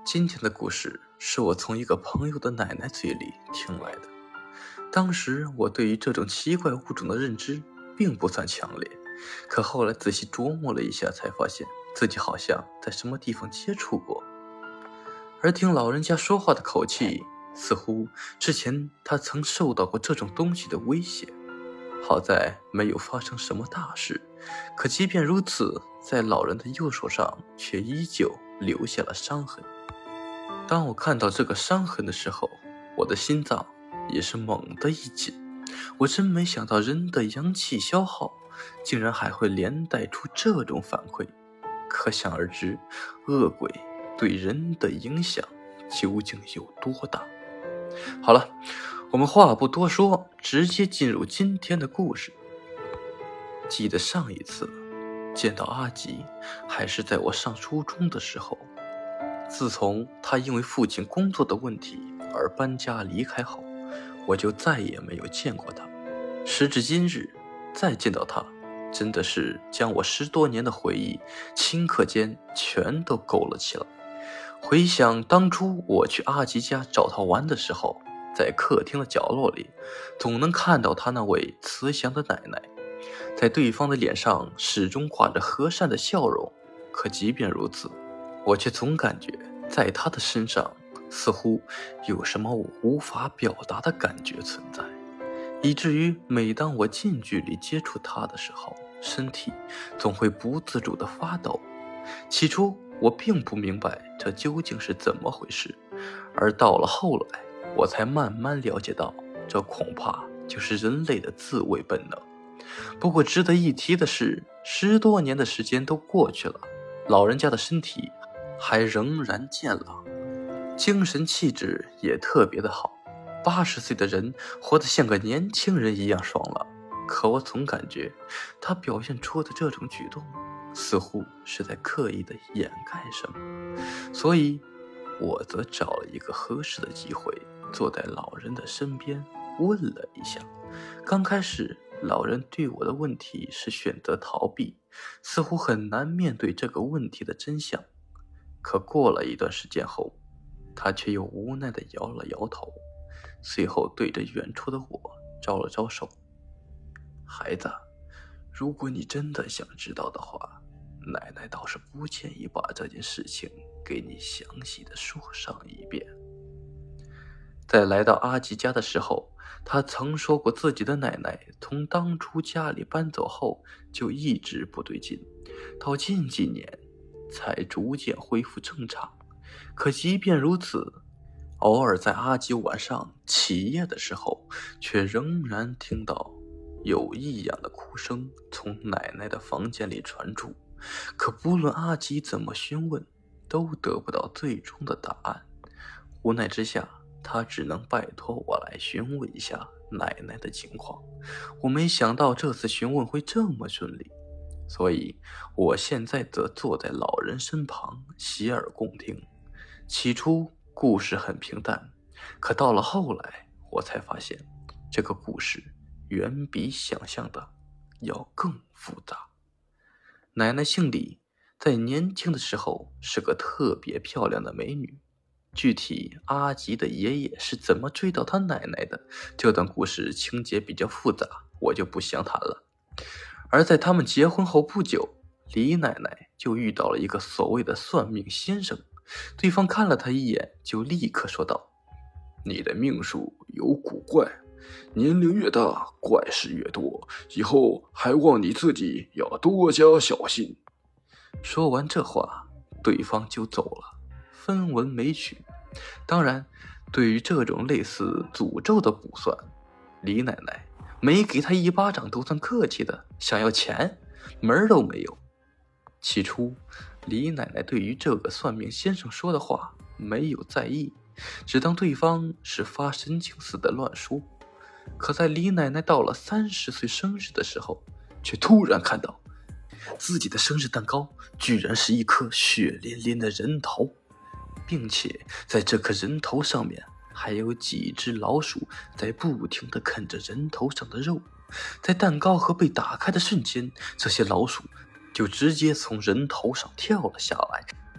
今天的故事是我从一个朋友的奶奶嘴里听来的。当时我对于这种奇怪物种的认知并不算强烈，可后来仔细琢磨了一下，才发现自己好像在什么地方接触过。而听老人家说话的口气，似乎之前他曾受到过这种东西的威胁。好在没有发生什么大事，可即便如此，在老人的右手上却依旧留下了伤痕。当我看到这个伤痕的时候，我的心脏也是猛地一紧。我真没想到人的阳气消耗竟然还会连带出这种反馈，可想而知恶鬼对人的影响究竟有多大。好了，我们话不多说，直接进入今天的故事。记得上一次见到阿吉还是在我上初中的时候，自从他因为父亲工作的问题而搬家离开后，我就再也没有见过他。时至今日，再见到他，真的是将我10多年的回忆顷刻间全都勾了起来。回想当初我去阿吉家找他玩的时候，在客厅的角落里总能看到他那位慈祥的奶奶，在对方的脸上始终挂着和善的笑容。可即便如此，我却总感觉在他的身上似乎有什么我无法表达的感觉存在，以至于每当我近距离接触他的时候，身体总会不自主地发抖。起初我并不明白这究竟是怎么回事，而到了后来我才慢慢了解到，这恐怕就是人类的自卫本能。不过值得一提的是，10多年的时间都过去了，老人家的身体还仍然健朗，精神气质也特别的好，80岁的人活得像个年轻人一样爽朗。可我总感觉他表现出的这种举动似乎是在刻意的掩盖什么，所以我则找了一个合适的机会，坐在老人的身边问了一下。刚开始老人对我的问题是选择逃避，似乎很难面对这个问题的真相。可过了一段时间后，他却又无奈地摇了摇头，随后对着远处的我招了招手。孩子，如果你真的想知道的话，奶奶倒是不建议把这件事情给你详细的说上一遍。在来到阿吉家的时候，他曾说过自己的奶奶从当初家里搬走后就一直不对劲，到近几年才逐渐恢复正常。可即便如此，偶尔在阿吉晚上起夜的时候，却仍然听到有异样的哭声从奶奶的房间里传出。可不论阿吉怎么询问，都得不到最终的答案。无奈之下，他只能拜托我来询问一下奶奶的情况。我没想到这次询问会这么顺利，所以我现在则坐在老人身旁洗耳恭听。起初故事很平淡，可到了后来我才发现，这个故事远比想象的要更复杂。奶奶姓李，在年轻的时候是个特别漂亮的美女。具体阿吉的爷爷是怎么追到他奶奶的，这段故事情节比较复杂，我就不详谈了。而在他们结婚后不久，李奶奶就遇到了一个所谓的算命先生。对方看了他一眼，就立刻说道：你的命数有古怪，年龄越大怪事越多，以后还望你自己要多加小心。说完这话，对方就走了，分文没取。当然，对于这种类似诅咒的卜算，李奶奶没给他一巴掌都算客气的，想要钱门儿都没有。起初李奶奶对于这个算命先生说的话没有在意，只当对方是发神经似的乱说。可在李奶奶到了30岁生日的时候，却突然看到自己的生日蛋糕居然是一颗血淋淋的人头，并且在这颗人头上面还有几只老鼠在不停地啃着人头上的肉。在蛋糕盒被打开的瞬间，这些老鼠就直接从人头上跳了下来，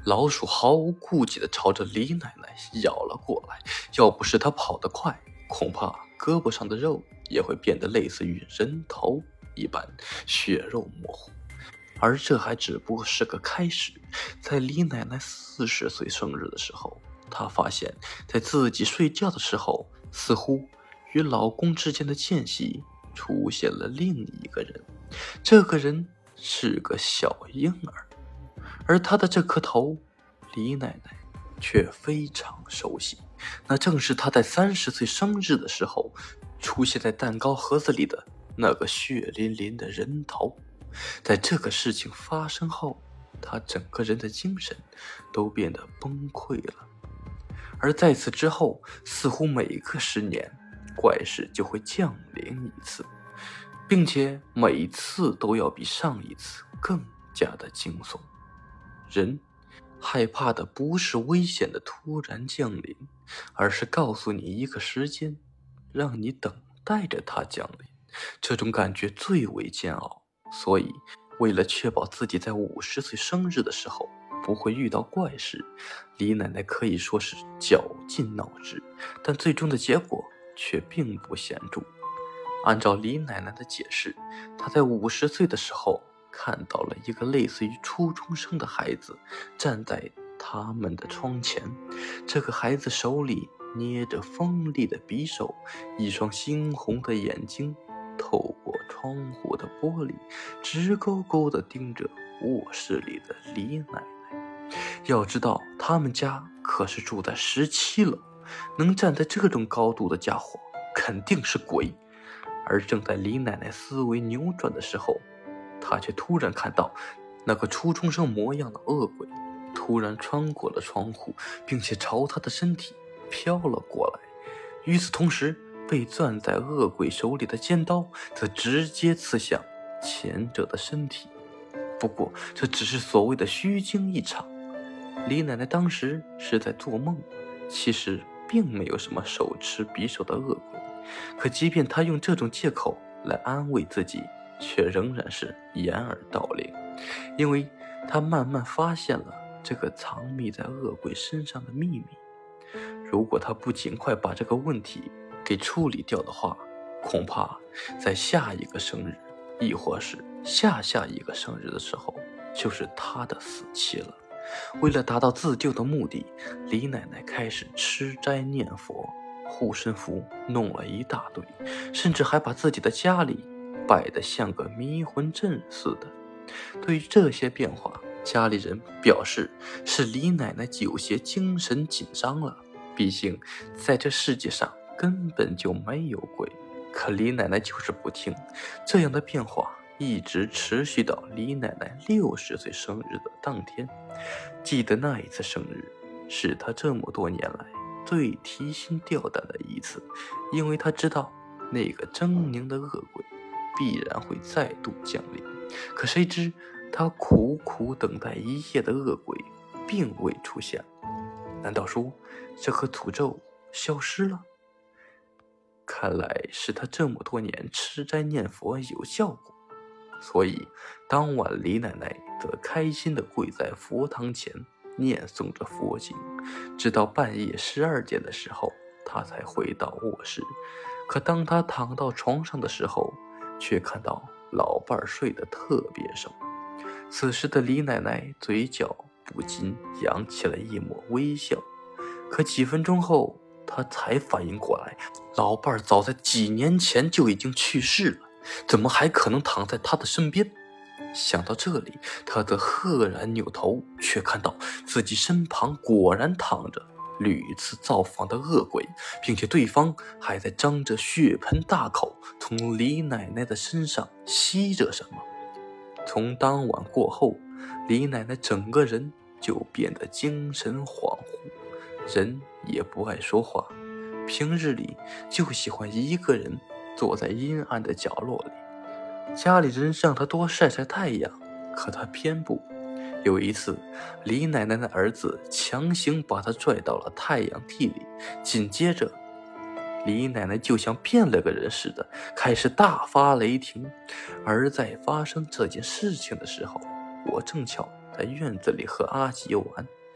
老鼠毫无顾忌地朝着李奶奶咬了过来，要不是她跑得快，恐怕胳膊上的肉也会变得类似于人头一般血肉模糊。而这还只不过是个开始。在李奶奶40岁生日的时候，她发现在自己睡觉的时候，似乎与老公之间的间隙出现了另一个人。这个人是个小婴儿，而她的这颗头，李奶奶却非常熟悉，那正是她在30岁生日的时候出现在蛋糕盒子里的那个血淋淋的人头。在这个事情发生后，她整个人的精神都变得崩溃了。而在此之后，似乎每隔10年，怪事就会降临一次，并且每次都要比上一次更加的惊悚。人害怕的不是危险的突然降临，而是告诉你一个时间，让你等待着它降临。这种感觉最为煎熬，所以为了确保自己在50岁生日的时候不会遇到怪事，李奶奶可以说是绞尽脑汁，但最终的结果却并不显著。按照李奶奶的解释，她在50岁的时候看到了一个类似于初中生的孩子站在他们的窗前，这个孩子手里捏着锋利的匕首，一双猩红的眼睛透过窗户的玻璃直勾勾地盯着卧室里的李奶奶。要知道他们家可是住在17楼，能站在这种高度的家伙肯定是鬼。而正在李奶奶思维扭转的时候，她却突然看到那个初中生模样的恶鬼突然穿过了窗户，并且朝她的身体飘了过来。与此同时，被攥在恶鬼手里的尖刀则直接刺向前者的身体。不过这只是所谓的虚惊一场，李奶奶当时是在做梦，其实并没有什么手持匕首的恶鬼。可即便她用这种借口来安慰自己，却仍然是掩耳盗铃，因为她慢慢发现了这个藏匿在恶鬼身上的秘密。如果她不尽快把这个问题给处理掉的话，恐怕在下一个生日，亦或是下下一个生日的时候，就是她的死期了。为了达到自救的目的，李奶奶开始吃斋念佛，护身符弄了一大堆，甚至还把自己的家里摆得像个迷魂阵似的。对于这些变化，家里人表示是李奶奶有些精神紧张了，毕竟在这世界上根本就没有鬼。可李奶奶就是不听，这样的变化一直持续到李奶奶60岁生日的当天。记得那一次生日是她这么多年来最提心吊胆的一次，因为她知道那个狰狞的恶鬼必然会再度降临。可谁知她苦苦等待一夜的恶鬼并未出现。难道说这颗诅咒消失了？看来是她这么多年吃斋念佛有效果，所以当晚李奶奶则开心地跪在佛堂前念诵着佛经，直到半夜12点的时候，她才回到卧室。可当她躺到床上的时候，却看到老伴儿睡得特别熟。此时的李奶奶嘴角不禁扬起了一抹微笑。可几分钟后，她才反应过来，老伴儿早在几年前就已经去世了，怎么还可能躺在她的身边？想到这里，她则赫然扭头，却看到自己身旁果然躺着屡次造访的恶鬼，并且对方还在张着血盆大口从李奶奶的身上吸着什么。从当晚过后，李奶奶整个人就变得精神恍惚，人也不爱说话，平日里就喜欢一个人坐在阴暗的角落里。家里人让她多晒晒太阳，可她偏不。有一次，李奶奶的儿子强行把她拽到了太阳地里，紧接着李奶奶就像变了个人似的，开始大发雷霆。而在发生这件事情的时候，我正巧在院子里和阿吉玩，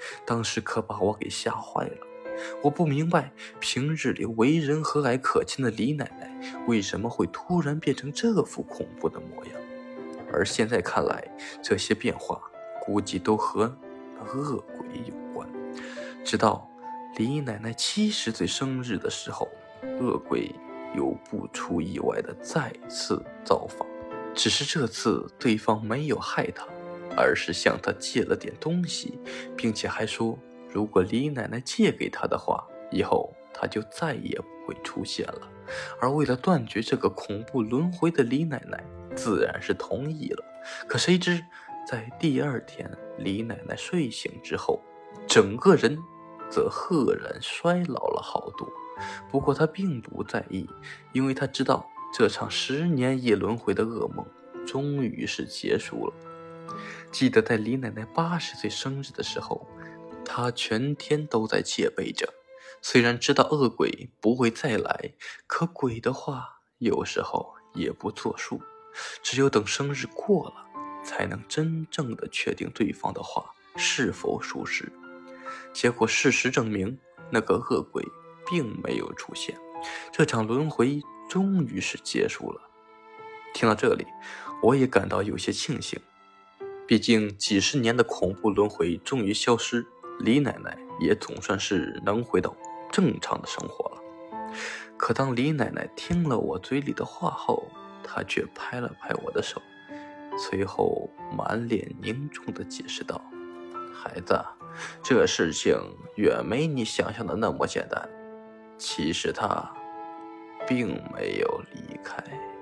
当时可把我给吓坏了。我不明白，平日里为人和蔼可亲的李奶奶为什么会突然变成这副恐怖的模样。而现在看来，这些变化估计都和恶鬼有关。直到李奶奶70岁生日的时候，恶鬼又不出意外的再次造访，只是这次对方没有害她，而是向她借了点东西，并且还说如果李奶奶借给他的话，以后他就再也不会出现了。而为了断绝这个恐怖轮回的李奶奶自然是同意了。可谁知在第二天李奶奶睡醒之后，整个人则赫然衰老了好多。不过她并不在意，因为她知道这场10年一轮回的噩梦终于是结束了。记得在李奶奶80岁生日的时候，她全天都在戒备着。虽然知道恶鬼不会再来，可鬼的话有时候也不作数，只有等生日过了，才能真正的确定对方的话是否属实。结果事实证明，那个恶鬼并没有出现，这场轮回终于是结束了。听到这里，我也感到有些庆幸，毕竟几十年的恐怖轮回终于消失，李奶奶也总算是能回到正常的生活了。可当李奶奶听了我嘴里的话后，她却拍了拍我的手，随后满脸凝重地解释道：孩子，这事情远没你想象的那么简单，其实他并没有离开。